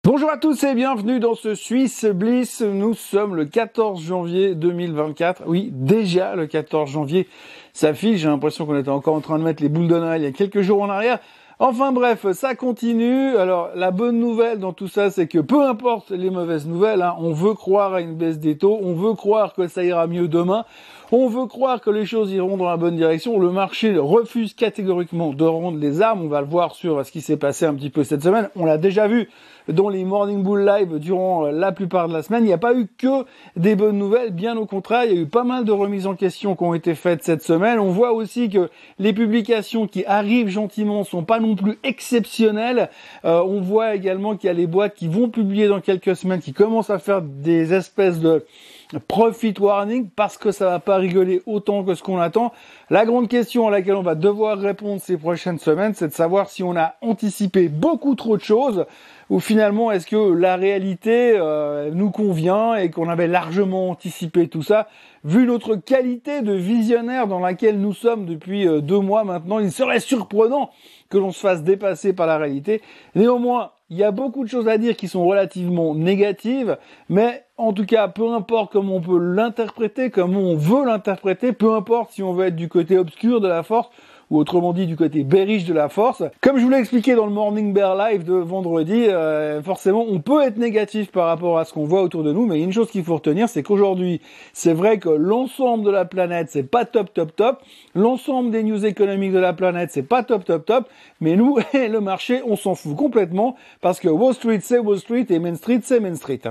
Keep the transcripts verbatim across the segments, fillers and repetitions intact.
Bonjour à tous et bienvenue dans ce Swiss Bliss. Nous sommes le quatorze janvier deux mille vingt-quatre. Oui, déjà le quatorze janvier. Ça file, j'ai l'impression qu'on était encore en train de mettre les boules de Noël il y a quelques jours en arrière. Enfin bref, ça continue. Alors la bonne nouvelle dans tout ça, c'est que peu importe les mauvaises nouvelles, hein, on veut croire à une baisse des taux, on veut croire que ça ira mieux demain, on veut croire que les choses iront dans la bonne direction. Le marché refuse catégoriquement de rendre les armes. On va le voir sur ce qui s'est passé un petit peu cette semaine. On l'a déjà vu dans les Morning Bull Live durant la plupart de la semaine. Il n'y a pas eu que des bonnes nouvelles, bien au contraire, il y a eu pas mal de remises en question qui ont été faites cette semaine. On voit aussi que les publications qui arrivent gentiment sont pas non plus exceptionnelles. Euh, on voit également qu'il y a les boîtes qui vont publier dans quelques semaines, qui commencent à faire des espèces de profit warning parce que ça va pas rigoler autant que ce qu'on attend. La grande question à laquelle on va devoir répondre ces prochaines semaines, c'est de savoir si on a anticipé beaucoup trop de choses ou finalement est-ce que la réalité euh, nous convient et qu'on avait largement anticipé tout ça. Vu notre qualité de visionnaire dans laquelle nous sommes depuis euh, deux mois maintenant, il serait surprenant que l'on se fasse dépasser par la réalité. Néanmoins, il y a beaucoup de choses à dire qui sont relativement négatives, mais en tout cas, peu importe comment on peut l'interpréter, comment on veut l'interpréter, peu importe si on veut être du côté obscur de la force, ou autrement dit du côté bearish de la force. Comme je vous l'ai expliqué dans le Morning Bear Live de vendredi, euh, forcément on peut être négatif par rapport à ce qu'on voit autour de nous, mais il y a une chose qu'il faut retenir, c'est qu'aujourd'hui, c'est vrai que l'ensemble de la planète, c'est pas top top top, l'ensemble des news économiques de la planète, c'est pas top top top, mais nous, le marché, on s'en fout complètement, parce que Wall Street, c'est Wall Street, et Main Street, c'est Main Street.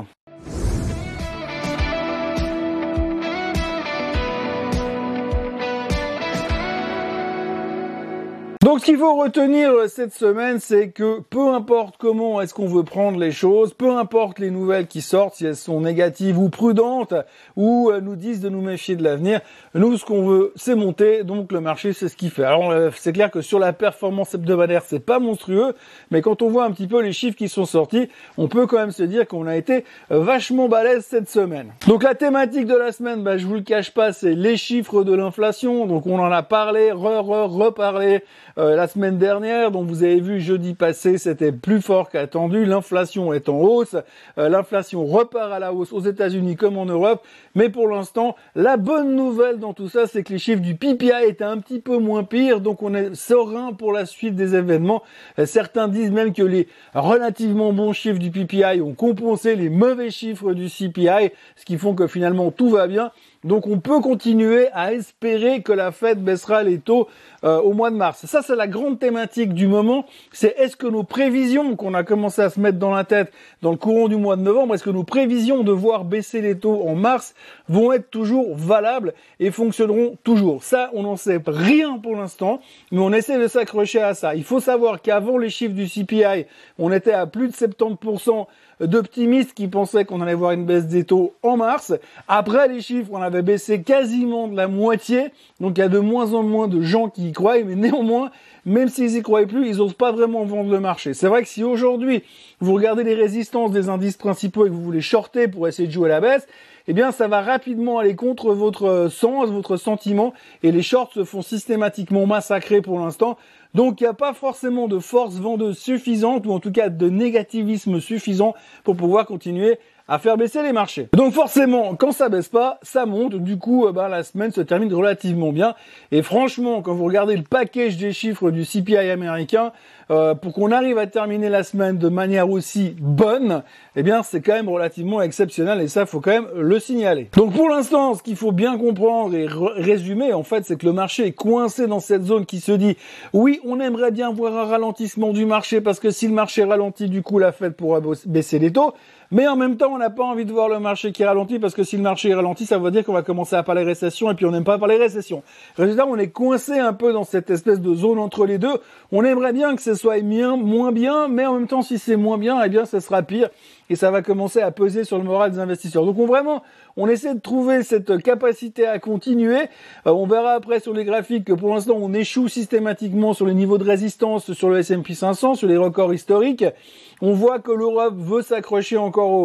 Donc ce qu'il faut retenir cette semaine, c'est que peu importe comment est-ce qu'on veut prendre les choses, peu importe les nouvelles qui sortent, si elles sont négatives ou prudentes, ou nous disent de nous méfier de l'avenir, nous ce qu'on veut c'est monter, donc le marché c'est ce qu'il fait. Alors c'est clair que sur la performance hebdomadaire c'est pas monstrueux, mais quand on voit un petit peu les chiffres qui sont sortis, on peut quand même se dire qu'on a été vachement balèze cette semaine. Donc la thématique de la semaine, bah, je vous le cache pas, c'est les chiffres de l'inflation, donc on en a parlé, re, re, reparlé, Euh, la semaine dernière, donc vous avez vu jeudi passé, c'était plus fort qu'attendu, l'inflation est en hausse, euh, l'inflation repart à la hausse aux États-Unis comme en Europe, mais pour l'instant, la bonne nouvelle dans tout ça, c'est que les chiffres du P P I étaient un petit peu moins pires, donc on est serein pour la suite des événements. Euh, certains disent même que les relativement bons chiffres du P P I ont compensé les mauvais chiffres du C P I, ce qui font que finalement tout va bien. Donc on peut continuer à espérer que la Fed baissera les taux euh, au mois de mars. Ça, c'est la grande thématique du moment. C'est est-ce que nos prévisions qu'on a commencé à se mettre dans la tête dans le courant du mois de novembre, est-ce que nos prévisions de voir baisser les taux en mars vont être toujours valables et fonctionneront toujours? Ça, on n'en sait rien pour l'instant, mais on essaie de s'accrocher à ça. Il faut savoir qu'avant les chiffres du C P I, on était à plus de soixante-dix pour cent d'optimistes qui pensaient qu'on allait voir une baisse des taux en mars. Après les chiffres, on avait baissé quasiment de la moitié. Donc il y a de moins en moins de gens qui y croient, mais néanmoins, même s'ils y croient plus, ils n'osent pas vraiment vendre le marché. C'est vrai que si aujourd'hui, vous regardez les résistances des indices principaux et que vous voulez shorter pour essayer de jouer la baisse, eh bien, ça va rapidement aller contre votre sens, votre sentiment, et les shorts se font systématiquement massacrer pour l'instant. Donc, il n'y a pas forcément de force vendeuse suffisante, ou en tout cas de négativisme suffisant pour pouvoir continuer à faire baisser les marchés. Donc forcément, quand ça baisse pas, ça monte. Du coup, euh, ben, la semaine se termine relativement bien. Et franchement, quand vous regardez le package des chiffres du C P I américain, euh, pour qu'on arrive à terminer la semaine de manière aussi bonne, eh bien, c'est quand même relativement exceptionnel. Et ça, faut quand même le signaler. Donc pour l'instant, ce qu'il faut bien comprendre et résumer, en fait, c'est que le marché est coincé dans cette zone qui se dit, oui, on aimerait bien voir un ralentissement du marché parce que si le marché ralentit, du coup, la Fed pourra baisser les taux. Mais en même temps, on n'a pas envie de voir le marché qui ralentit parce que si le marché ralentit, ça veut dire qu'on va commencer à parler récession et puis on n'aime pas parler récession. Résultat, on est coincé un peu dans cette espèce de zone entre les deux. On aimerait bien que ce soit bien, moins bien, mais en même temps, si c'est moins bien, eh bien, ce sera pire et ça va commencer à peser sur le moral des investisseurs. Donc, on vraiment, on essaie de trouver cette capacité à continuer. Euh, on verra après sur les graphiques que pour l'instant, on échoue systématiquement sur les niveaux de résistance sur le S and P cinq cents, sur les records historiques. On voit que l'Europe veut s'accrocher encore aux, aux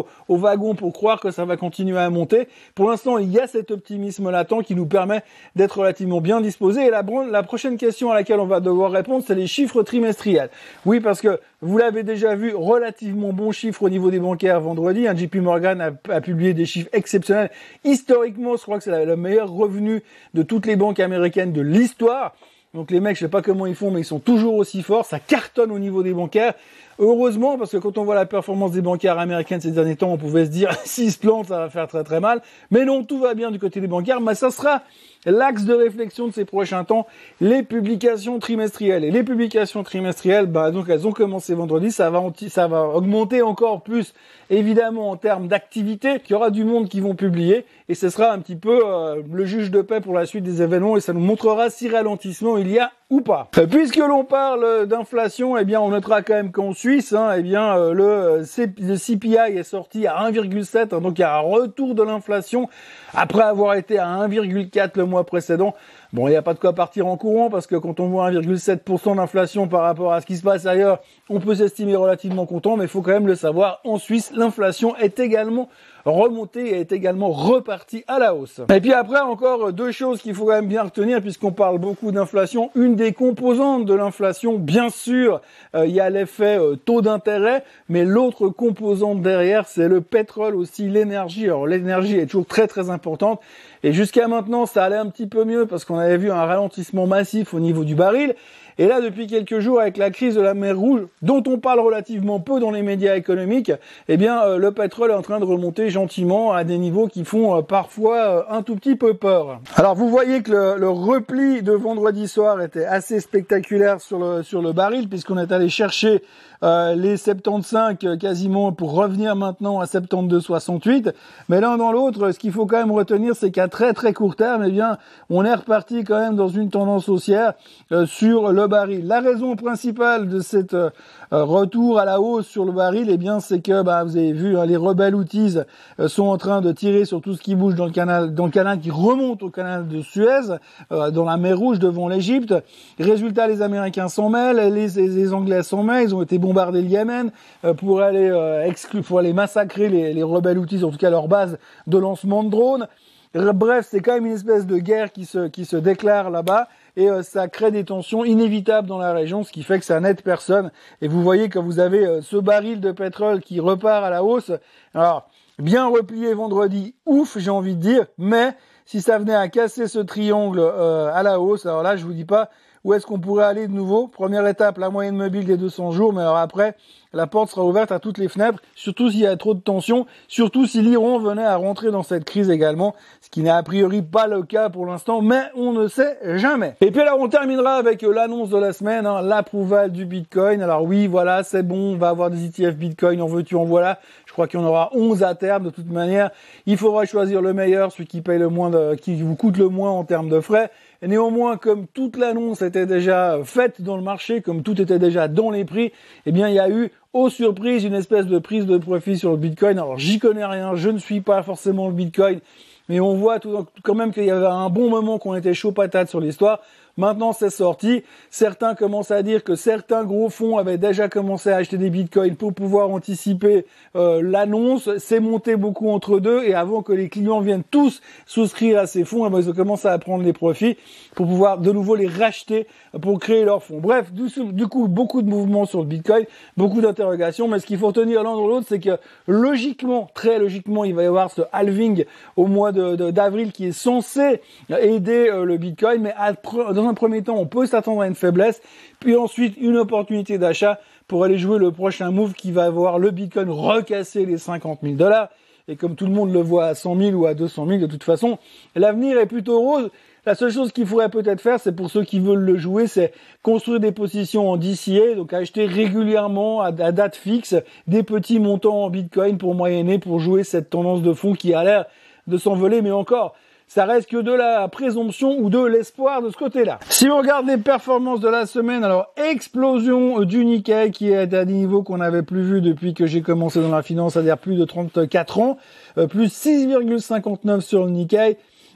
wagon pour croire que ça va continuer à monter. Pour l'instant, il y a cet optimisme latent qui nous permet d'être relativement bien disposés. Et la, la prochaine question à laquelle on va devoir répondre, c'est les chiffres trimestriels. Oui, parce que vous l'avez déjà vu, relativement bons chiffres au niveau des bancaires vendredi. J P Morgan a, a publié des chiffres exceptionnels. Historiquement, je crois que c'est le meilleur revenu de toutes les banques américaines de l'histoire. Donc les mecs, je sais pas comment ils font, mais ils sont toujours aussi forts. Ça cartonne au niveau des bancaires. Heureusement, parce que quand on voit la performance des bancaires américaines ces derniers temps, on pouvait se dire, s'ils se plantent, ça va faire très très mal. Mais non, tout va bien du côté des bancaires. Mais ça sera l'axe de réflexion de ces prochains temps, les publications trimestrielles. Et les publications trimestrielles, bah, donc elles ont commencé vendredi. Ça va, ça va augmenter encore plus, évidemment, en termes d'activité. Il y aura du monde qui vont publier. Et ce sera un petit peu euh, le juge de paix pour la suite des événements. Et ça nous montrera si ralentissement il y a ou pas. Puisque l'on parle d'inflation, eh bien, on notera quand même qu'en Suisse, hein, eh bien, euh, le, C, le C P I est sorti à un virgule sept, hein, donc il y a un retour de l'inflation après avoir été à un virgule quatre le mois précédent. Bon, il n'y a pas de quoi partir en courant parce que quand on voit un virgule sept pour cent d'inflation par rapport à ce qui se passe ailleurs, on peut s'estimer relativement content, mais il faut quand même le savoir. En Suisse, l'inflation est également remontée et est également repartie à la hausse. Et puis après, encore deux choses qu'il faut quand même bien retenir puisqu'on parle beaucoup d'inflation. Une des composantes de l'inflation, bien sûr, euh, il y a l'effet euh, taux d'intérêt, mais l'autre composante derrière, c'est le pétrole aussi, l'énergie. Alors l'énergie est toujours très très importante. Et jusqu'à maintenant, ça allait un petit peu mieux parce qu'on avait vu un ralentissement massif au niveau du baril. Et là, depuis quelques jours, avec la crise de la mer Rouge, dont on parle relativement peu dans les médias économiques, eh bien, euh, le pétrole est en train de remonter gentiment à des niveaux qui font euh, parfois euh, un tout petit peu peur. Alors, vous voyez que le, le repli de vendredi soir était assez spectaculaire sur le sur le baril, puisqu'on est allé chercher euh, les soixante-quinze euh, quasiment pour revenir maintenant à soixante-douze virgule soixante-huit. Mais l'un dans l'autre, ce qu'il faut quand même retenir, c'est qu'à très très court terme, eh bien, on est reparti quand même dans une tendance haussière euh, sur le baril. La raison principale de cet euh, retour à la hausse sur le baril, eh bien, c'est que, bah, vous avez vu, hein, les rebelles Houthis euh, sont en train de tirer sur tout ce qui bouge dans le canal, dans le canal qui remonte au canal de Suez, euh, dans la mer Rouge devant l'Égypte. Résultat, les Américains s'en mêlent, les, les, les Anglais s'en mêlent, ils ont été bombardés le Yémen euh, pour aller euh, exclure, pour aller massacrer les, les rebelles Houthis, en tout cas leur base de lancement de drones. Bref, c'est quand même une espèce de guerre qui se qui se déclare là-bas et euh, ça crée des tensions inévitables dans la région, ce qui fait que ça n'aide personne. Et vous voyez que vous avez euh, ce baril de pétrole qui repart à la hausse. Alors, bien replié vendredi, ouf, j'ai envie de dire, mais si ça venait à casser ce triangle euh, à la hausse, alors là, je vous dis pas où est-ce qu'on pourrait aller de nouveau. Première étape, la moyenne mobile des deux cents jours, mais alors après, la porte sera ouverte à toutes les fenêtres, surtout s'il y a trop de tensions, surtout si l'Iran venait à rentrer dans cette crise également, ce qui n'est a priori pas le cas pour l'instant, mais on ne sait jamais. Et puis alors, on terminera avec l'annonce de la semaine, hein, l'approval du Bitcoin. Alors oui, voilà, c'est bon, on va avoir des E T F Bitcoin, en veux-tu, en voilà. Je crois qu'il y en aura onze à terme, de toute manière. Il faudra choisir le meilleur, celui qui paye le moins, de, qui vous coûte le moins en termes de frais. Et néanmoins, comme toute l'annonce était déjà faite dans le marché, comme tout était déjà dans les prix, eh bien, il y a eu, aux surprises, une espèce de prise de profit sur le Bitcoin. Alors, j'y connais rien, je ne suis pas forcément le Bitcoin, mais on voit tout, quand même qu'il y avait un bon moment qu'on était chaud patate sur l'histoire. Maintenant, c'est sorti. Certains commencent à dire que certains gros fonds avaient déjà commencé à acheter des bitcoins pour pouvoir anticiper euh, l'annonce. C'est monté beaucoup entre deux et avant que les clients viennent tous souscrire à ces fonds, eh bien, ils ont commencé à prendre les profits pour pouvoir de nouveau les racheter pour créer leurs fonds. Bref, du, du coup, beaucoup de mouvements sur le bitcoin, beaucoup d'interrogations. Mais ce qu'il faut retenir l'un dans l'autre, c'est que logiquement, très logiquement, il va y avoir ce halving au mois de, de, d'avril qui est censé aider euh, le bitcoin, mais à, dans Dans un premier temps, on peut s'attendre à une faiblesse, puis ensuite une opportunité d'achat pour aller jouer le prochain move qui va avoir le Bitcoin recasser les cinquante mille dollars. Et comme tout le monde le voit à cent mille ou à deux cent mille, de toute façon, l'avenir est plutôt rose. La seule chose qu'il faudrait peut-être faire, c'est pour ceux qui veulent le jouer, c'est construire des positions en D C A, donc acheter régulièrement à, à date fixe des petits montants en Bitcoin pour moyenner, pour jouer cette tendance de fond qui a l'air de s'envoler, mais encore, ça reste que de la présomption ou de l'espoir de ce côté-là. Si on regarde les performances de la semaine, alors explosion du Nikkei qui est à des niveaux qu'on n'avait plus vus depuis que j'ai commencé dans la finance, c'est-à-dire plus de trente-quatre ans, euh, plus six virgule cinquante-neuf sur le Nikkei.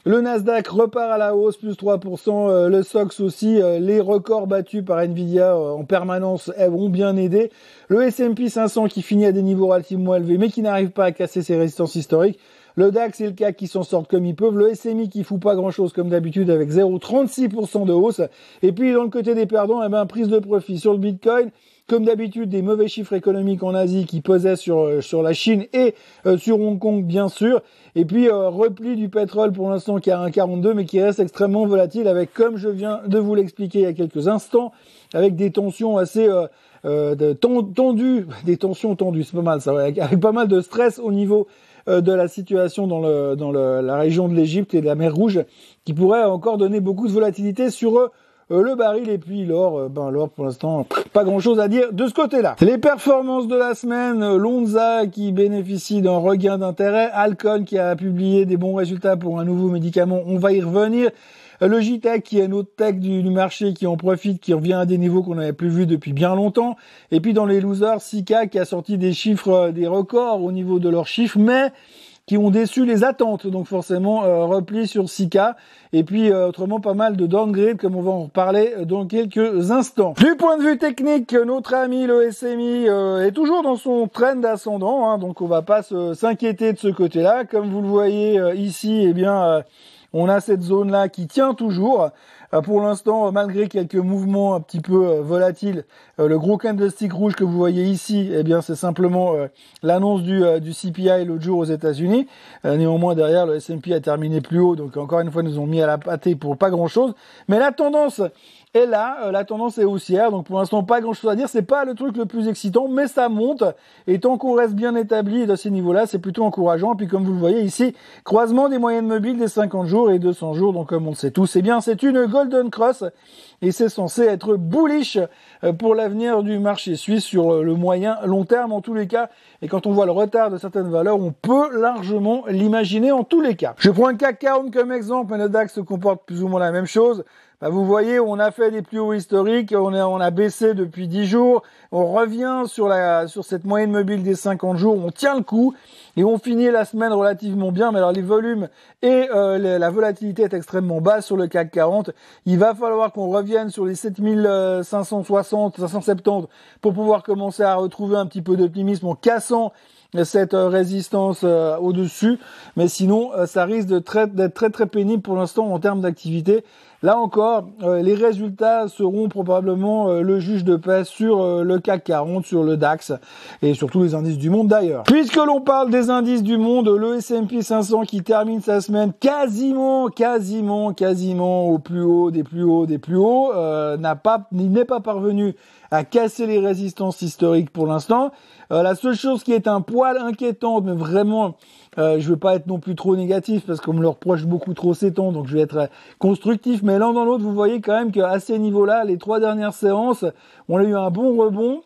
Le Nasdaq repart à la hausse, plus trois pour cent. Euh, le S O X aussi. Euh, les records battus par Nvidia euh, en permanence elles, ont bien aidé. Le S and P cinq cents qui finit à des niveaux relativement élevés, mais qui n'arrive pas à casser ses résistances historiques. Le DAX et le C A C qui s'en sortent comme ils peuvent. Le S M I qui fout pas grand-chose comme d'habitude avec zéro virgule trente-six pour cent de hausse. Et puis, dans le côté des perdants, eh ben, prise de profit sur le Bitcoin. Comme d'habitude, des mauvais chiffres économiques en Asie qui pesaient sur euh, sur la Chine et euh, sur Hong Kong, bien sûr. Et puis, euh, repli du pétrole pour l'instant qui est à un virgule quarante-deux, mais qui reste extrêmement volatile avec, comme je viens de vous l'expliquer il y a quelques instants, avec des tensions assez euh, euh, de, tendues, des tensions tendues, c'est pas mal ça, ouais, avec pas mal de stress au niveau euh, de la situation dans le dans le, la région de l'Égypte et de la mer Rouge, qui pourrait encore donner beaucoup de volatilité sur eux. Euh, le baril et puis l'or, euh, ben l'or pour l'instant, pas grand chose à dire de ce côté-là. Les performances de la semaine, euh, Lonza qui bénéficie d'un regain d'intérêt, Alcon qui a publié des bons résultats pour un nouveau médicament, on va y revenir. Euh, Logitech qui est une autre tech du, du marché qui en profite, qui revient à des niveaux qu'on n'avait plus vus depuis bien longtemps. Et puis dans les losers, Sika qui a sorti des chiffres, euh, des records au niveau de leurs chiffres, mais qui ont déçu les attentes, donc forcément euh, repli sur Sika, et puis euh, autrement pas mal de downgrade, comme on va en reparler dans quelques instants. Du point de vue technique, notre ami le S M I euh, est toujours dans son trend ascendant, hein, donc on va pas se, s'inquiéter de ce côté-là. Comme vous le voyez euh, ici, eh bien euh, on a cette zone-là qui tient toujours. Euh, pour l'instant, malgré quelques mouvements un petit peu euh, volatiles, euh, le gros candlestick rouge que vous voyez ici, eh bien, c'est simplement euh, l'annonce du, euh, du C P I l'autre jour aux États-Unis. Euh, néanmoins, derrière, le S and P a terminé plus haut, donc encore une fois, ils nous ont mis à la pâtée pour pas grand-chose. Mais la tendance est là, euh, la tendance est haussière, donc pour l'instant, pas grand-chose à dire. C'est pas le truc le plus excitant, mais ça monte. Et tant qu'on reste bien établi à ces niveaux-là, c'est plutôt encourageant. Et puis, comme vous le voyez ici, croisement des moyennes mobiles des cinquante jours et deux cents jours. Donc, comme on le sait tous, c'est bien, c'est une Golden Cross et c'est censé être bullish pour l'avenir du marché suisse sur le moyen long terme en tous les cas. Et quand on voit le retard de certaines valeurs, on peut largement l'imaginer en tous les cas. Je prends un C A C quarante comme exemple, mais le DAX se comporte plus ou moins la même chose. Bah, vous voyez, on a fait des plus hauts historiques, on a, on a baissé depuis dix jours, on revient sur la, sur cette moyenne mobile des cinquante jours, on tient le coup et on finit la semaine relativement bien. Mais alors les volumes et euh, les, la volatilité est extrêmement basse sur le C A C quarante. Il va falloir qu'on revienne sur les sept mille cinq cent soixante, cinq cent soixante-dix pour pouvoir commencer à retrouver un petit peu d'optimisme en cassant cette euh, résistance euh, au-dessus. Mais sinon, euh, ça risque de très, d'être très très pénible pour l'instant en termes d'activité. Là encore, euh, les résultats seront probablement euh, le juge de paix sur euh, le C A C quarante, sur le DAX et sur tous les indices du monde d'ailleurs. Puisque l'on parle des indices du monde, le S and P cinq cents qui termine sa semaine quasiment, quasiment, quasiment au plus haut des plus hauts des plus hauts, euh, n'a pas, il n'est pas parvenu à casser les résistances historiques pour l'instant. Euh, la seule chose qui est un poil inquiétante, mais vraiment, euh, je veux pas être non plus trop négatif parce qu'on me le reproche beaucoup trop ces temps, donc je vais être constructif. Mais l'un dans l'autre, vous voyez quand même qu'à ces niveaux-là, les trois dernières séances, on a eu un bon rebond.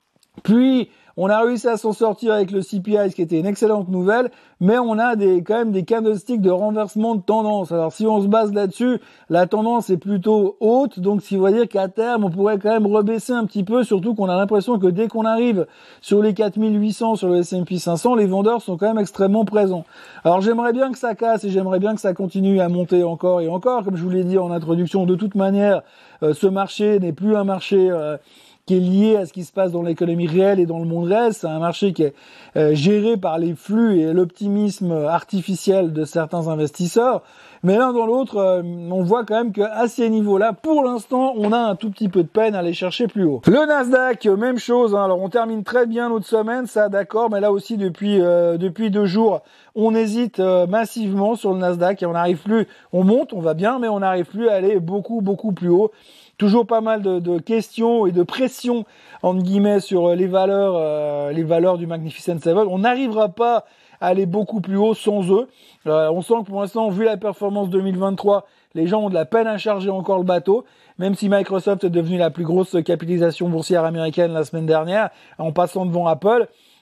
Puis, on a réussi à s'en sortir avec le C P I, ce qui était une excellente nouvelle, mais on a des, quand même des candlesticks de renversement de tendance. Alors, si on se base là-dessus, la tendance est plutôt haute, donc ce qui veut dire qu'à terme, on pourrait quand même rebaisser un petit peu, surtout qu'on a l'impression que dès qu'on arrive sur les quatre mille huit cents sur le S and P cinq cents, les vendeurs sont quand même extrêmement présents. Alors, j'aimerais bien que ça casse et j'aimerais bien que ça continue à monter encore et encore. Comme je vous l'ai dit en introduction, de toute manière, euh, ce marché n'est plus un marché euh, qui est lié à ce qui se passe dans l'économie réelle et dans le monde réel. C'est un marché qui est euh, géré par les flux et l'optimisme artificiel de certains investisseurs. Mais l'un dans l'autre, euh, on voit quand même qu'à ces niveaux-là, pour l'instant, on a un tout petit peu de peine à aller chercher plus haut. Le Nasdaq, même chose. Hein. Alors, on termine très bien notre semaine, ça, d'accord. Mais là aussi, depuis euh, depuis deux jours, on hésite euh, massivement sur le Nasdaq et on n'arrive plus. On monte, on va bien, mais on n'arrive plus à aller beaucoup beaucoup plus haut. Toujours pas mal de, de questions et de pression entre guillemets sur les valeurs, euh, les valeurs du Magnificent Seven. On n'arrivera pas à aller beaucoup plus haut sans eux. Euh, on sent que pour l'instant, vu la performance deux mille vingt-trois, les gens ont de la peine à charger encore le bateau. Même si Microsoft est devenu la plus grosse capitalisation boursière américaine la semaine dernière, en passant devant Apple.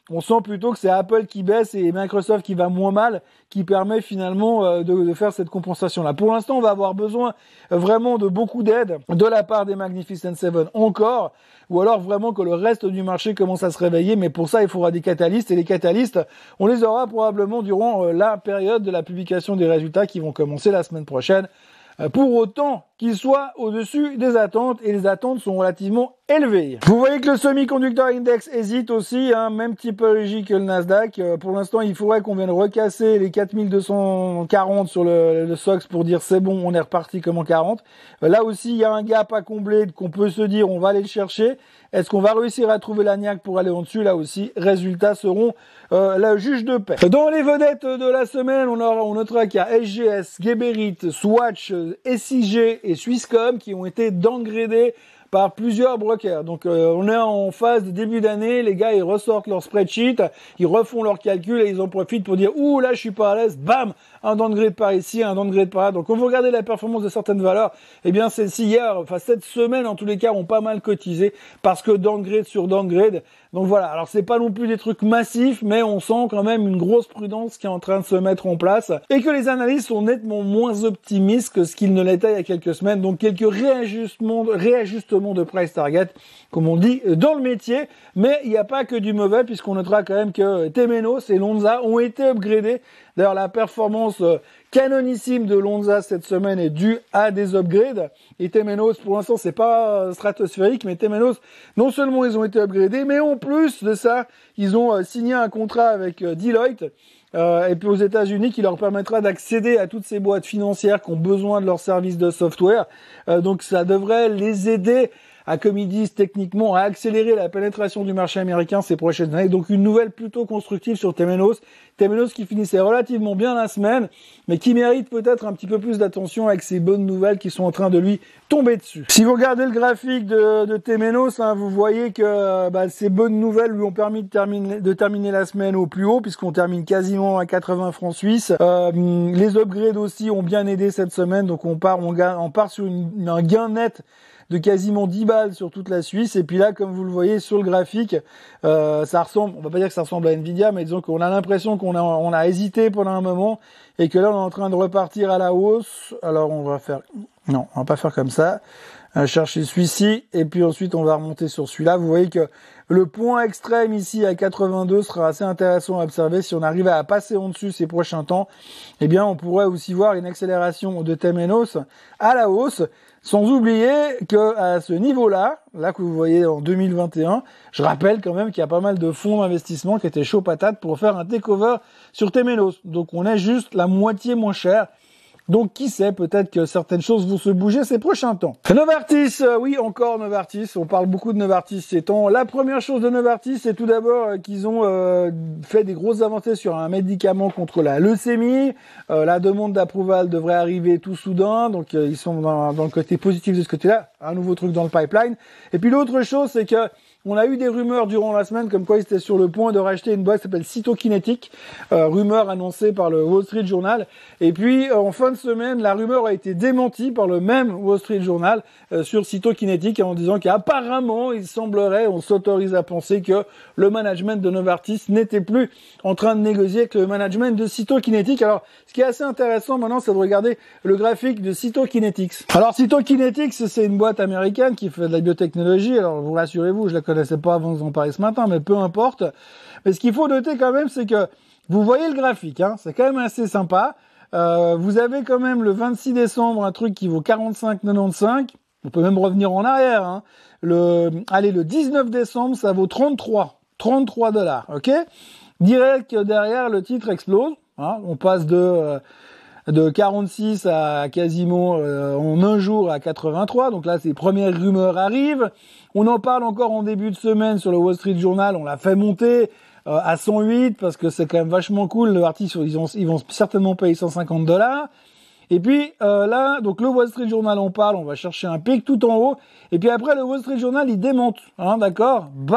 on sent plutôt que c'est Apple qui baisse et Microsoft qui va moins mal, qui permet finalement euh, de, de faire cette compensation-là. Pour l'instant, on va avoir besoin euh, vraiment de beaucoup d'aide de la part des Magnificent Seven encore, ou alors vraiment que le reste du marché commence à se réveiller, mais pour ça, il faudra des catalystes, et les catalystes, on les aura probablement durant euh, la période de la publication des résultats qui vont commencer la semaine prochaine. Pour autant qu'ils soient au-dessus des attentes, et les attentes sont relativement élevées. Vous voyez que le Semiconductor Index hésite aussi, hein, même typologie que le Nasdaq. Euh, pour l'instant, il faudrait qu'on vienne recasser les quatre mille deux cent quarante sur le, le S O X pour dire c'est bon, on est reparti comme en quarante. Euh, là aussi, il y a un gap à combler qu'on peut se dire on va aller le chercher. Est-ce qu'on va réussir à trouver la niaque pour aller en dessus? Là aussi, résultats seront euh, le juge de paix. Dans les vedettes de la semaine, on, aura, on notera qu'il y a S G S, Geberit, Swatch, S I G et Swisscom qui ont été downgradés par plusieurs brokers. Donc euh, on est en phase de début d'année, les gars ils ressortent leur spreadsheet, ils refont leurs calculs et ils en profitent pour dire ouh là je suis pas à l'aise, bam, un downgrade par ici, un downgrade par là. Donc quand vous regardez la performance de certaines valeurs, eh bien celles-ci hier, enfin cette semaine en tous les cas ont pas mal cotisé parce que downgrade sur downgrade. Donc voilà, alors c'est pas non plus des trucs massifs, mais on sent quand même une grosse prudence qui est en train de se mettre en place et que les analystes sont nettement moins optimistes que ce qu'ils ne l'étaient il y a quelques semaines. Donc quelques réajustements, réajustements de price target, comme on dit dans le métier, mais il n'y a pas que du mauvais puisqu'on notera quand même que Temenos et Lonza ont été upgradés. D'ailleurs, la performance canonissime de Lonza cette semaine est due à des upgrades. Et Temenos, pour l'instant, c'est pas stratosphérique, mais Temenos, non seulement ils ont été upgradés, mais en plus de ça, ils ont signé un contrat avec Deloitte. Euh, et puis aux États-Unis, qui leur permettra d'accéder à toutes ces boîtes financières qui ont besoin de leurs services de software. Euh, donc ça devrait les aider à, comme ils disent techniquement, à accélérer la pénétration du marché américain ces prochaines années. Donc une nouvelle plutôt constructive sur Temenos. Temenos qui finissait relativement bien la semaine, mais qui mérite peut-être un petit peu plus d'attention avec ces bonnes nouvelles qui sont en train de lui tomber dessus. Si vous regardez le graphique de, de Temenos, hein, vous voyez que bah, ces bonnes nouvelles lui ont permis de terminer, de terminer la semaine au plus haut, puisqu'on termine quasiment à quatre-vingts francs suisses. Euh, les upgrades aussi ont bien aidé cette semaine, donc on part, on, gagne, on part sur une, un gain net de quasiment dix balles sur toute la Suisse. Et puis là, comme vous le voyez sur le graphique, euh, ça ressemble, on va pas dire que ça ressemble à Nvidia, mais disons qu'on a l'impression qu'on a, on a hésité pendant un moment et que là, on est en train de repartir à la hausse. Alors, on va faire, non, on va pas faire comme ça. Euh, chercher celui-ci et puis ensuite, on va remonter sur celui-là. Vous voyez que le point extrême ici à quatre-vingt-deux sera assez intéressant à observer. Si on arrivait à passer en dessus ces prochains temps, eh bien, on pourrait aussi voir une accélération de Temenos à la hausse. Sans oublier que à ce niveau-là, là que vous voyez en deux mille vingt et un, je rappelle quand même qu'il y a pas mal de fonds d'investissement qui étaient chauds patates pour faire un takeover sur Temenos. Donc on est juste la moitié moins cher. Donc qui sait, peut-être que certaines choses vont se bouger ces prochains temps. Novartis, euh, oui encore Novartis, on parle beaucoup de Novartis ces temps. La première chose de Novartis, c'est tout d'abord euh, qu'ils ont euh, fait des grosses avancées sur un médicament contre la leucémie. Euh, la demande d'approval devrait arriver tout soudain, donc euh, ils sont dans, dans le côté positif de ce côté-là. Un nouveau truc dans le pipeline. Et puis l'autre chose, c'est que on a eu des rumeurs durant la semaine comme quoi ils étaient sur le point de racheter une boîte qui s'appelle Cytokinetic, euh, rumeur annoncée par le Wall Street Journal. Et puis euh, en fin de semaine, la rumeur a été démentie par le même Wall Street Journal euh, sur Cytokinetic en disant qu'apparemment, il semblerait, on s'autorise à penser que le management de Novartis n'était plus en train de négocier avec le management de Cytokinetic. Alors, ce qui est assez intéressant maintenant, c'est de regarder le graphique de Cytokinetics. Alors, Cytokinetics, c'est une boîte américaine qui fait de la biotechnologie. Alors, vous rassurez-vous, je la connaissais pas avant de vous en parler ce matin, mais peu importe. Mais ce qu'il faut noter quand même, c'est que vous voyez le graphique, hein, c'est quand même assez sympa. Euh, vous avez quand même le vingt-six décembre un truc qui vaut quarante-cinq quatre-vingt-quinze. On peut même revenir en arrière. Hein. Le, allez, le dix-neuf décembre, ça vaut trente-trois dollars, ok. Direct que derrière, le titre explose. Hein. On passe de euh, de quarante-six à quasiment euh, en un jour à quatre-vingt-trois. Donc là, ces premières rumeurs arrivent. On en parle encore en début de semaine sur le Wall Street Journal. On l'a fait monter euh, à cent huit parce que c'est quand même vachement cool. Le artiste, ils, ont, ils vont certainement payer cent cinquante dollars. Et puis euh, là, donc le Wall Street Journal en parle. On va chercher un pic tout en haut. Et puis après, le Wall Street Journal, il démonte. Hein, d'accord ? Bam !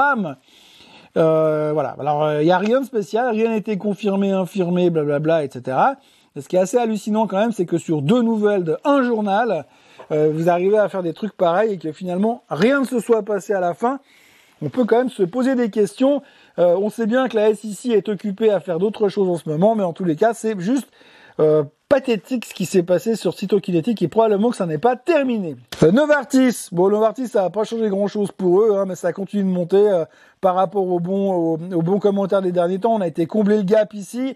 Euh, voilà. Alors, il euh, n'y a rien de spécial. Rien n'a été confirmé, infirmé, blablabla, et cetera. Et ce qui est assez hallucinant quand même, c'est que sur deux nouvelles de un journal, euh, vous arrivez à faire des trucs pareils et que finalement, rien ne se soit passé à la fin. On peut quand même se poser des questions. Euh, on sait bien que la S E C est occupée à faire d'autres choses en ce moment, mais en tous les cas, c'est juste euh, pathétique ce qui s'est passé sur Cytokinetic et probablement que ça n'est pas terminé. Euh, Novartis, bon Novartis ça n'a pas changé grand chose pour eux, hein, mais ça continue de monter euh, par rapport aux bons, aux, aux bons commentaires des derniers temps. On a été comblé le gap ici.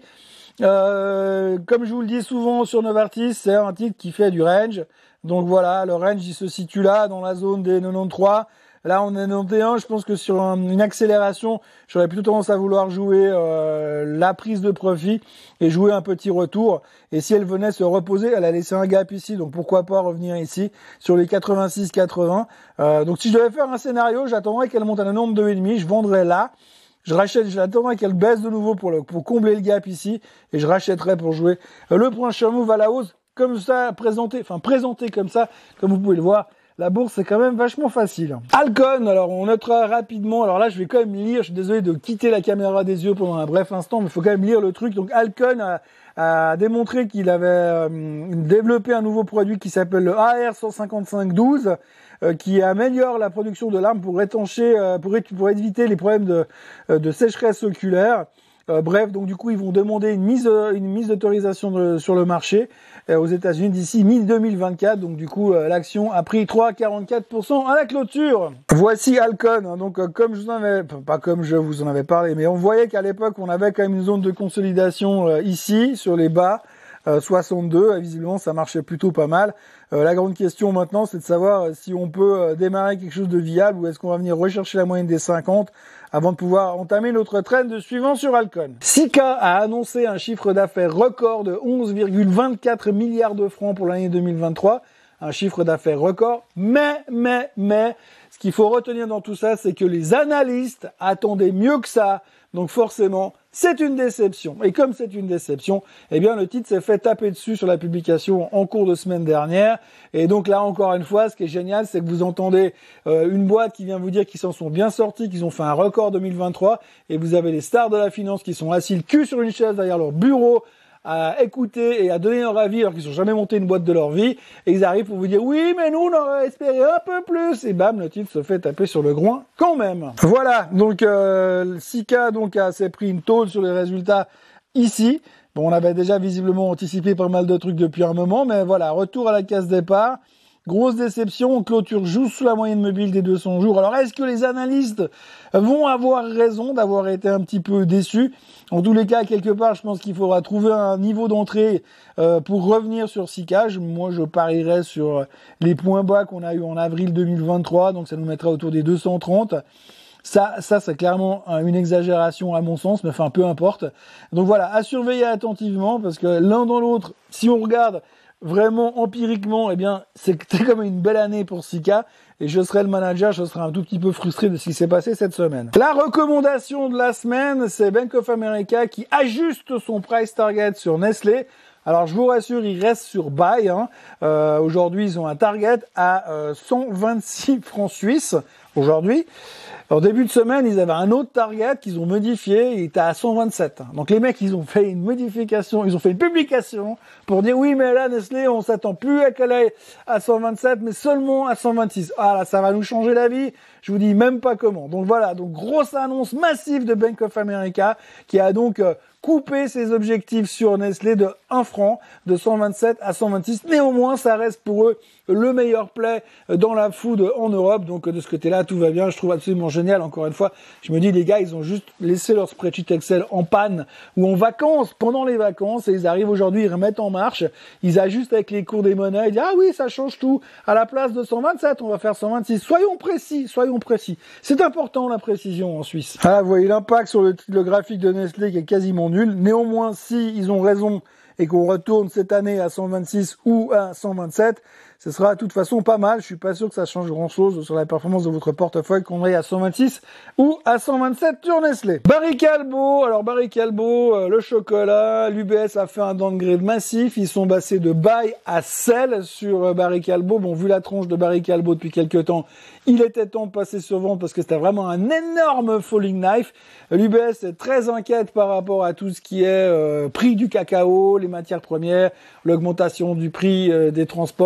Euh, comme je vous le dis souvent sur Novartis, c'est un titre qui fait du range. Donc voilà, le range il se situe là dans la zone des quatre-vingt-treize. Là, on est quatre-vingt-onze. Je pense que sur un, une accélération, j'aurais plutôt tendance à vouloir jouer euh, la prise de profit et jouer un petit retour. Et si elle venait se reposer, elle a laissé un gap ici. Donc, pourquoi pas revenir ici sur les quatre-vingt-six quatre-vingts. Euh, donc, si je devais faire un scénario, j'attendrais qu'elle monte à quatre-vingt-deux virgule cinq. Je vendrais là. Je rachète, j'attendrai qu'elle baisse de nouveau pour, le, pour combler le gap ici. Et je rachèterai pour jouer le prochain move à la hausse. Comme ça, présenté, enfin présenté comme ça, comme vous pouvez le voir. La bourse, c'est quand même vachement facile. Alcon, alors on notera rapidement, alors là je vais quand même lire, je suis désolé de quitter la caméra des yeux pendant un bref instant, mais il faut quand même lire le truc. Donc Alcon a, a démontré qu'il avait euh, développé un nouveau produit qui s'appelle le A R cent cinquante-cinq douze, euh, qui améliore la production de larmes pour étancher, euh, pour, pour éviter les problèmes de, de sécheresse oculaire. Euh, bref, donc du coup, ils vont demander une mise, une mise d'autorisation sur le marché euh, aux États-Unis d'ici mi deux mille vingt-quatre. Donc du coup, euh, l'action a pris trois virgule quarante-quatre pour cent à la clôture. Voici Alcon. Hein, donc euh, comme je vous en avais, pas comme je vous en avais parlé, mais on voyait qu'à l'époque, on avait quand même une zone de consolidation euh, ici sur les bas. Euh, soixante-deux, visiblement ça marchait plutôt pas mal. Euh, la grande question maintenant c'est de savoir euh, si on peut euh, démarrer quelque chose de viable ou est-ce qu'on va venir rechercher la moyenne des cinquante avant de pouvoir entamer notre trend suivant sur Alcon. Sika a annoncé un chiffre d'affaires record de onze virgule vingt-quatre milliards de francs pour l'année deux mille vingt-trois. Un chiffre d'affaires record, mais, mais, mais, ce qu'il faut retenir dans tout ça, c'est que les analystes attendaient mieux que ça. Donc forcément, c'est une déception. Et comme c'est une déception, eh bien le titre s'est fait taper dessus sur la publication en cours de semaine dernière. Et donc là, encore une fois, ce qui est génial, c'est que vous entendez euh, une boîte qui vient vous dire qu'ils s'en sont bien sortis, qu'ils ont fait un record deux mille vingt-trois, et vous avez les stars de la finance qui sont assis le cul sur une chaise derrière leur bureau, à écouter et à donner leur avis alors qu'ils n'ont jamais monté une boîte de leur vie, et ils arrivent pour vous dire oui mais nous on aurait espéré un peu plus, et bam, le titre se fait taper sur le groin quand même. Voilà, donc euh, Sika donc a s'est pris une tôle sur les résultats ici. Bon, on avait déjà visiblement anticipé pas mal de trucs depuis un moment, mais voilà, retour à la case départ. Grosse déception, on clôture juste sous la moyenne mobile des deux cents jours. Alors, est-ce que les analystes vont avoir raison d'avoir été un petit peu déçus? En tous les cas, quelque part, je pense qu'il faudra trouver un niveau d'entrée euh, pour revenir sur Sika. Moi, je parierais sur les points bas qu'on a eu en avril deux mille vingt-trois, donc ça nous mettra autour des deux cent trente. Ça, ça, c'est clairement une exagération à mon sens, mais enfin, peu importe. Donc voilà, à surveiller attentivement, parce que l'un dans l'autre, si on regarde vraiment empiriquement, eh bien, c'était comme une belle année pour Sika. Et je serai le manager, je serai un tout petit peu frustré de ce qui s'est passé cette semaine. La recommandation de la semaine, c'est Bank of America qui ajuste son price target sur Nestlé. Alors, je vous rassure, il reste sur buy. Hein. Euh, aujourd'hui, ils ont un target à euh, cent vingt-six francs suisses. Aujourd'hui. En début de semaine, ils avaient un autre target qu'ils ont modifié, il était à cent vingt-sept. Donc les mecs, ils ont fait une modification, ils ont fait une publication pour dire oui, mais là, Nestlé, on s'attend plus à qu'elle aille à cent vingt-sept, mais seulement à cent vingt-six. Ah là, ça va nous changer la vie. Je vous dis même pas comment. Donc voilà, donc grosse annonce massive de Bank of America qui a donc euh, coupé ses objectifs sur Nestlé de un franc, de cent vingt-sept à cent vingt-six. Néanmoins, ça reste pour eux le meilleur play dans la food en Europe. Donc de ce côté-là, tout va bien. Je trouve absolument génial. Encore une fois, je me dis, les gars, ils ont juste laissé leur spreadsheet Excel en panne ou en vacances, pendant les vacances, et ils arrivent aujourd'hui, ils remettent en marche, ils ajustent avec les cours des monnaies, ils disent, ah oui, ça change tout. À la place de cent vingt-sept, on va faire cent vingt-six. Soyons précis, soyons précis. C'est important, la précision en Suisse. Ah, vous voyez l'impact sur le, le graphique de Nestlé qui est quasiment nul. Néanmoins, si ils ont raison et qu'on retourne cette année à cent vingt-six ou à cent vingt-sept, ce sera de toute façon pas mal. Je suis pas sûr que ça change grand chose sur la performance de votre portefeuille qu'on aille à cent vingt-six ou à cent vingt-sept sur Nestlé. Barry Callebaut, alors Barry Callebaut, euh, le chocolat, l'U B S a fait un downgrade massif. Ils sont passés de buy à sell sur euh, Barry Callebaut. Bon, vu la tronche de Barry Callebaut depuis quelques temps, il était temps de passer sur vente parce que c'était vraiment un énorme falling knife. L'U B S est très inquiète par rapport à tout ce qui est euh, prix du cacao, les matières premières, l'augmentation du prix euh, des transports, blablabla.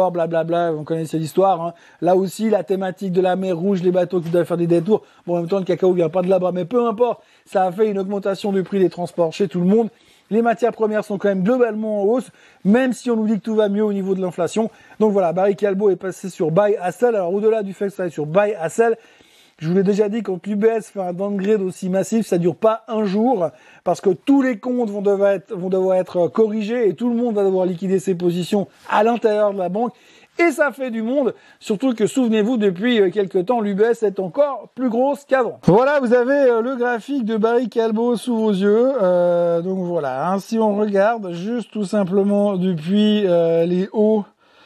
blabla, vous connaissez l'histoire. Hein. Là aussi, la thématique de la mer Rouge, les bateaux qui doivent faire des détours. Bon, en même temps, le cacao vient pas de là-bas, mais peu importe, ça a fait une augmentation du prix des transports chez tout le monde. Les matières premières sont quand même globalement en hausse, même si on nous dit que tout va mieux au niveau de l'inflation. Donc voilà, Barry Callebaut est passé sur Buy and Sell. Alors au-delà du fait que ça est sur Buy and Sell, je vous l'ai déjà dit, quand l'U B S fait un downgrade aussi massif, ça dure pas un jour, parce que tous les comptes vont devoir être, vont devoir être corrigés et tout le monde va devoir liquider ses positions à l'intérieur de la banque. Et ça fait du monde, surtout que souvenez-vous, depuis quelques temps, l'U B S est encore plus grosse qu'avant. Voilà, vous avez le graphique de Barry Callebaut sous vos yeux. Euh, donc voilà, hein, si on regarde juste tout simplement depuis euh, les hauts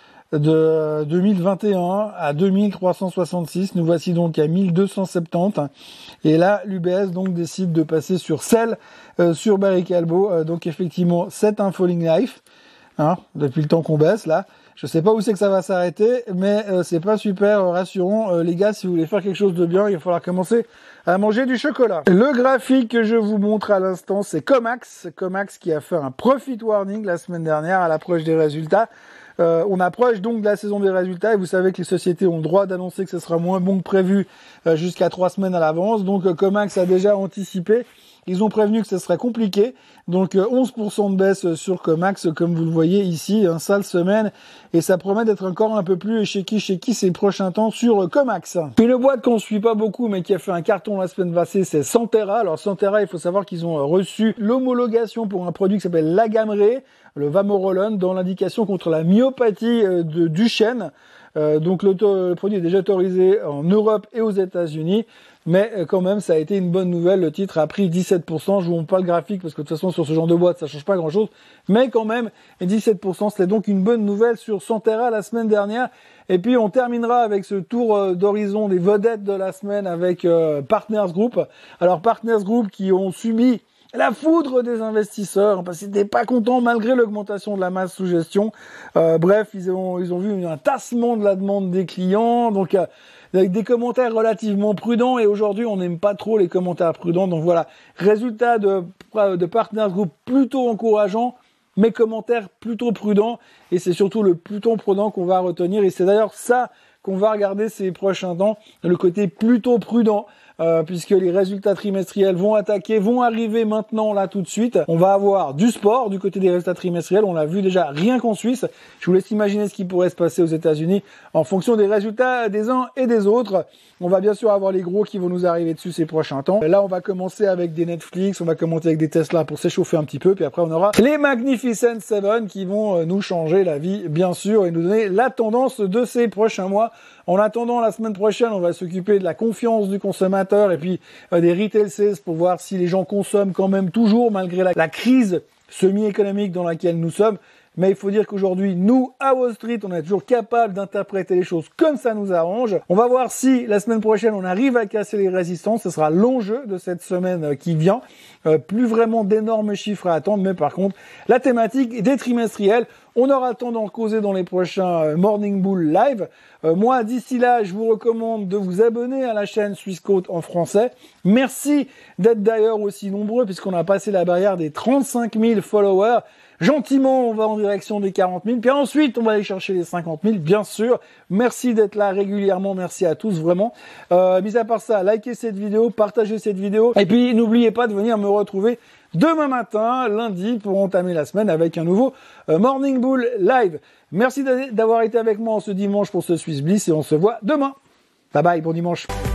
de deux mille vingt et un à deux mille trois cent soixante-six, nous voici donc à mille deux cent soixante-dix. Et là, l'U B S donc décide de passer sur Sell euh, sur Barry Callebaut. Euh, donc effectivement, c'est un falling knife, hein, depuis le temps qu'on baisse là. Je sais pas où c'est que ça va s'arrêter, mais euh, c'est pas super euh, rassurant. Euh, les gars, si vous voulez faire quelque chose de bien, il va falloir commencer à manger du chocolat. Le graphique que je vous montre à l'instant, c'est Comax. Comax qui a fait un profit warning la semaine dernière à l'approche des résultats. Euh, on approche donc de la saison des résultats et vous savez que les sociétés ont le droit d'annoncer que ce sera moins bon que prévu euh, jusqu'à trois semaines à l'avance. Donc euh, Comax a déjà anticipé. Ils ont prévenu que ce serait compliqué. Donc euh, onze pour cent de baisse sur Comax, comme vous le voyez ici, un sale semaine. Et ça promet d'être encore un peu plus shaky shaky ces prochains temps sur euh, Comax. Une boîte qu'on ne suit pas beaucoup, mais qui a fait un carton la semaine passée, c'est Santhera. Alors Santhera, il faut savoir qu'ils ont reçu l'homologation pour un produit qui s'appelle Lagamree, le Vamorolone, dans l'indication contre la myopathie euh, de Duchenne. Euh, donc le produit est déjà autorisé en Europe et aux États-Unis, mais euh, quand même ça a été une bonne nouvelle. Le titre a pris dix-sept pour cent. Je vous montre pas le graphique parce que de toute façon sur ce genre de boîte ça change pas grand-chose, mais quand même dix-sept pour cent, c'est donc une bonne nouvelle sur Santhera la semaine dernière. Et puis on terminera avec ce tour euh, d'horizon des vedettes de la semaine avec euh, Partners Group. Alors Partners Group qui ont subi la foudre des investisseurs, parce qu'ils n'étaient pas contents malgré l'augmentation de la masse sous gestion. Euh, bref, ils ont, ils ont vu un tassement de la demande des clients, donc euh, avec des commentaires relativement prudents, et aujourd'hui on n'aime pas trop les commentaires prudents. Donc voilà, résultat de, de Partners Group plutôt encourageant, mais commentaires plutôt prudents, et c'est surtout le plutôt prudent qu'on va retenir, et c'est d'ailleurs ça qu'on va regarder ces prochains temps, le côté plutôt prudent. Euh, puisque les résultats trimestriels vont attaquer, vont arriver maintenant là tout de suite. On va avoir du sport du côté des résultats trimestriels, on l'a vu déjà rien qu'en Suisse. Je vous laisse imaginer ce qui pourrait se passer aux États-Unis en fonction des résultats des uns et des autres. On va bien sûr avoir les gros qui vont nous arriver dessus ces prochains temps. Là, on va commencer avec des Netflix, on va commencer avec des Tesla pour s'échauffer un petit peu, puis après on aura les Magnificent Seven qui vont nous changer la vie, bien sûr, et nous donner la tendance de ces prochains mois. En attendant, la semaine prochaine, on va s'occuper de la confiance du consommateur et puis euh, des retail sales pour voir si les gens consomment quand même toujours malgré la, la crise semi-économique dans laquelle nous sommes. Mais il faut dire qu'aujourd'hui, nous, à Wall Street, on est toujours capable d'interpréter les choses comme ça nous arrange. On va voir si la semaine prochaine, on arrive à casser les résistances. Ce sera l'enjeu de cette semaine qui vient. Euh, plus vraiment d'énormes chiffres à attendre, mais par contre, la thématique des trimestriels, on aura le temps d'en causer dans les prochains euh, Morning Bull Live. Euh, moi, d'ici là, je vous recommande de vous abonner à la chaîne Swissquote en français. Merci d'être d'ailleurs aussi nombreux, puisqu'on a passé la barrière des trente-cinq mille followers. Gentiment, on va en direction des quarante mille, puis ensuite, on va aller chercher les cinquante mille, bien sûr. Merci d'être là régulièrement, merci à tous, vraiment. Euh, mis à part ça, likez cette vidéo, partagez cette vidéo, et puis n'oubliez pas de venir me retrouver demain matin, lundi, pour entamer la semaine avec un nouveau euh, Morning Bull Live. Merci d'avoir été avec moi ce dimanche pour ce Swiss Bliss, et on se voit demain. Bye bye, bon dimanche.